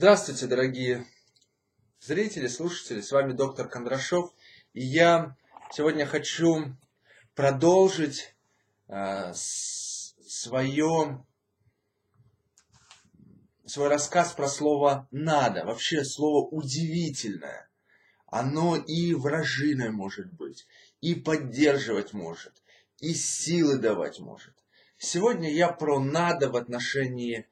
Здравствуйте, дорогие зрители, слушатели. С вами доктор Кондрашов. И я сегодня хочу продолжить свой рассказ про слово «надо». Вообще слово удивительное. Оно и вражиной может быть, и поддерживать может, и силы давать может. Сегодня я про «надо» в отношении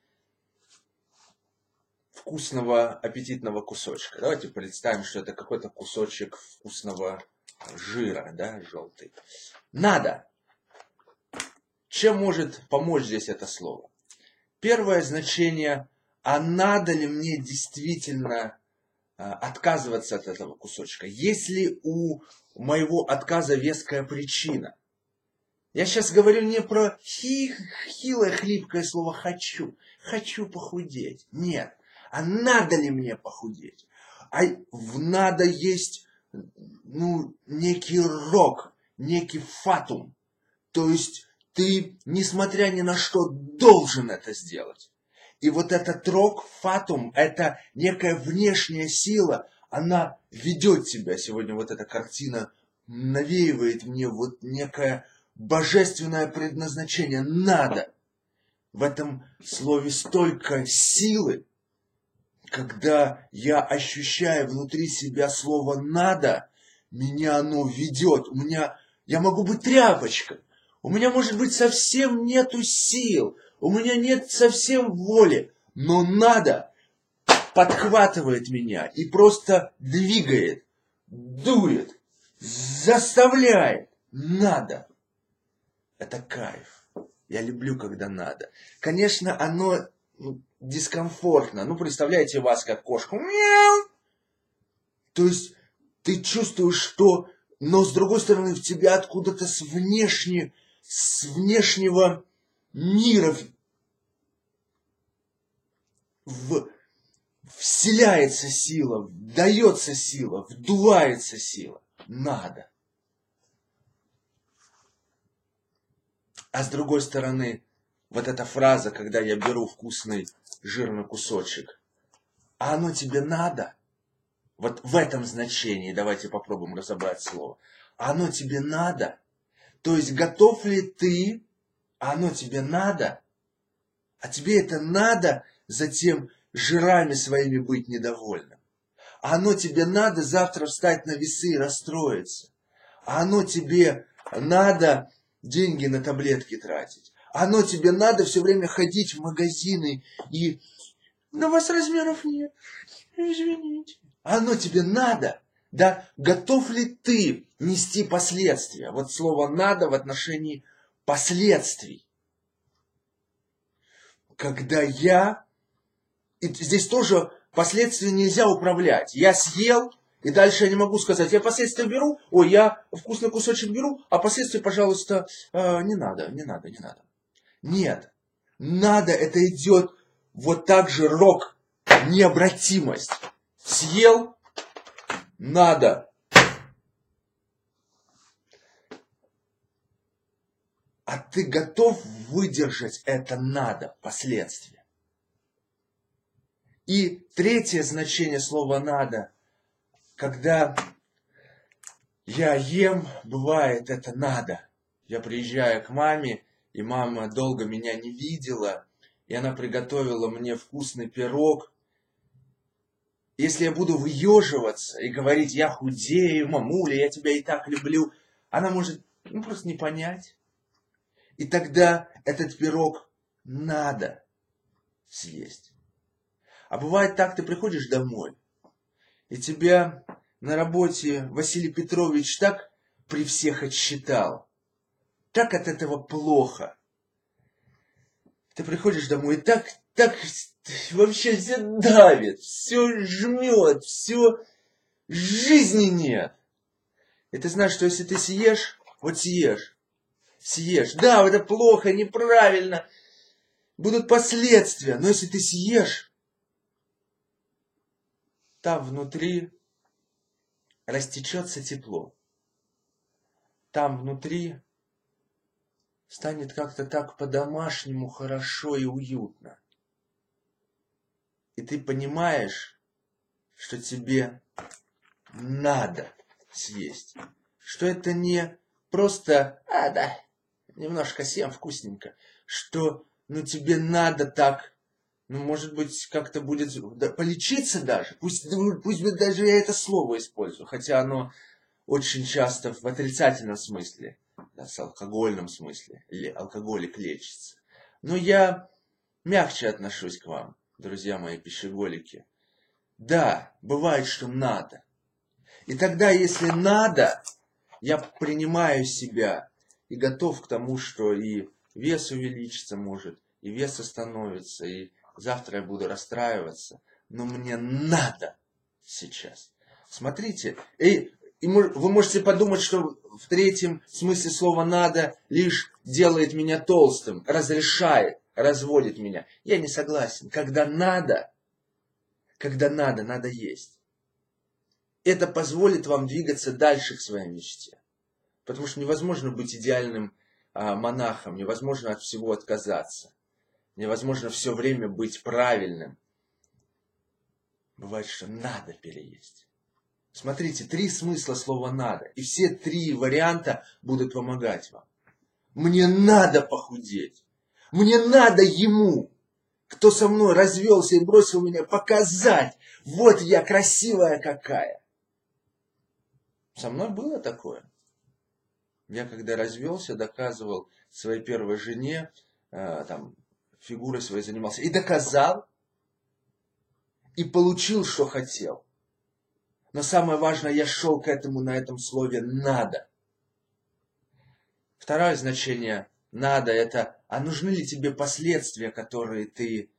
вкусного аппетитного кусочка. Давайте представим, что это какой-то кусочек вкусного жира, да, желтый. Надо. Чем может помочь здесь это слово? Первое значение, а надо ли мне действительно отказываться от этого кусочка? Есть ли у моего отказа веская причина? Я сейчас говорю не про хилое, хлипкое слово «хочу». Хочу похудеть. Нет. А надо ли мне похудеть? А в надо есть, некий рок, некий фатум. То есть ты, несмотря ни на что, должен это сделать. И вот этот рок, фатум, это некая внешняя сила, она ведет тебя. Сегодня вот эта картина навеивает мне вот некое божественное предназначение. Надо. В этом слове столько силы. Когда я ощущаю внутри себя слово «надо», меня оно ведет. Я могу быть тряпочкой. У меня, может быть, совсем нету сил. У меня нет совсем воли. Но «надо» подхватывает меня и просто двигает, дует, заставляет. Надо. Это кайф. Я люблю, когда надо. Конечно, оно дискомфортно. Представляете вас как кошку. Мяу! То есть ты чувствуешь, что... Но с другой стороны, в тебя откуда-то с внешнего мира вселяется сила, дается сила, вдувается сила. Надо. А с другой стороны, вот эта фраза, когда я беру вкусный жирный кусочек, а оно тебе надо? Вот в этом значении давайте попробуем разобрать слово. А оно тебе надо? То есть готов ли ты, а оно тебе надо? А тебе это надо затем жирами своими быть недовольным? А оно тебе надо завтра встать на весы и расстроиться? А оно тебе надо деньги на таблетки тратить? А оно тебе надо все время ходить в магазины и... На вас размеров нет, извините. А оно тебе надо? Да? Готов ли ты нести последствия? Вот слово «надо» в отношении последствий. Когда И здесь тоже последствия нельзя управлять. Я съел, и дальше я не могу сказать, я последствия беру, я вкусный кусочек беру, а последствия, пожалуйста, не надо. Нет. Надо, это идет вот так же рок, необратимость. Съел, надо. А ты готов выдержать это надо, последствия? И третье значение слова «надо», когда я ем, бывает это надо. Я приезжаю к маме, и мама долго меня не видела, и она приготовила мне вкусный пирог. Если я буду выеживаться и говорить, я худею, мамуля, я тебя и так люблю, она может просто не понять. И тогда этот пирог надо съесть. А бывает так, ты приходишь домой, и тебя на работе Василий Петрович так при всех отсчитал, так от этого плохо. Ты приходишь домой, и так вообще все давит, все жмет, все жизни нет. И ты знаешь, что если ты съешь, съешь. Да, это плохо, неправильно, будут последствия, но если ты съешь, там внутри растечется тепло. Там внутри станет как-то так по-домашнему хорошо и уютно. и ты понимаешь, что тебе надо съесть. Что это не просто, да, немножко съем вкусненько. Что, тебе надо так, может быть, как-то будет, полечиться даже. Пусть даже я это слово использую, хотя оно очень часто в отрицательном смысле, да, с алкогольном смысле, алкоголик лечится. Но я мягче отношусь к вам, друзья мои пищеголики. Да, бывает, что надо. И тогда, если надо, я принимаю себя и готов к тому, что и вес увеличится может, и вес остановится, и завтра я буду расстраиваться. Но мне надо сейчас. Смотрите, и вы можете подумать, что в третьем смысле слова «надо» лишь делает меня толстым, разрешает, разводит меня. Я не согласен. Когда надо, надо есть. Это позволит вам двигаться дальше к своей мечте. Потому что невозможно быть идеальным монахом, невозможно от всего отказаться. Невозможно все время быть правильным. Бывает, что надо переесть. Смотрите, 3 смысла слова «надо». И все 3 варианта будут помогать вам. Мне надо похудеть. Мне надо ему, кто со мной развелся и бросил меня, показать. Вот я красивая какая. Со мной было такое. Я когда развелся, доказывал своей первой жене, фигурой своей занимался. И доказал, и получил, что хотел. Но самое важное, я шел к этому на этом слове «надо». Второе значение «надо» — это, нужны ли тебе последствия, которые ты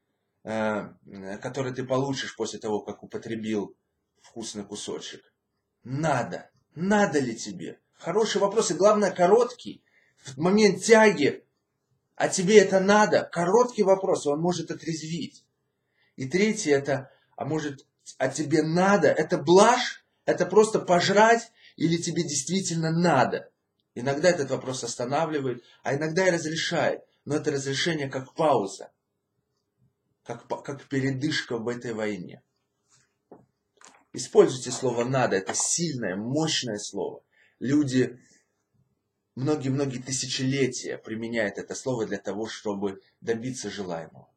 получишь после того, как употребил вкусный кусочек. Надо. Надо ли тебе? Хороший вопрос, и главное, короткий. В момент тяги, а тебе это надо? Короткий вопрос, он может отрезвить. И третье, это, а тебе надо? Это блажь? Это просто пожрать? Или тебе действительно надо? Иногда этот вопрос останавливает, а иногда и разрешает. Но это разрешение как пауза. Как передышка в этой войне. Используйте слово «надо». Это сильное, мощное слово. Люди многие-многие тысячелетия применяют это слово для того, чтобы добиться желаемого.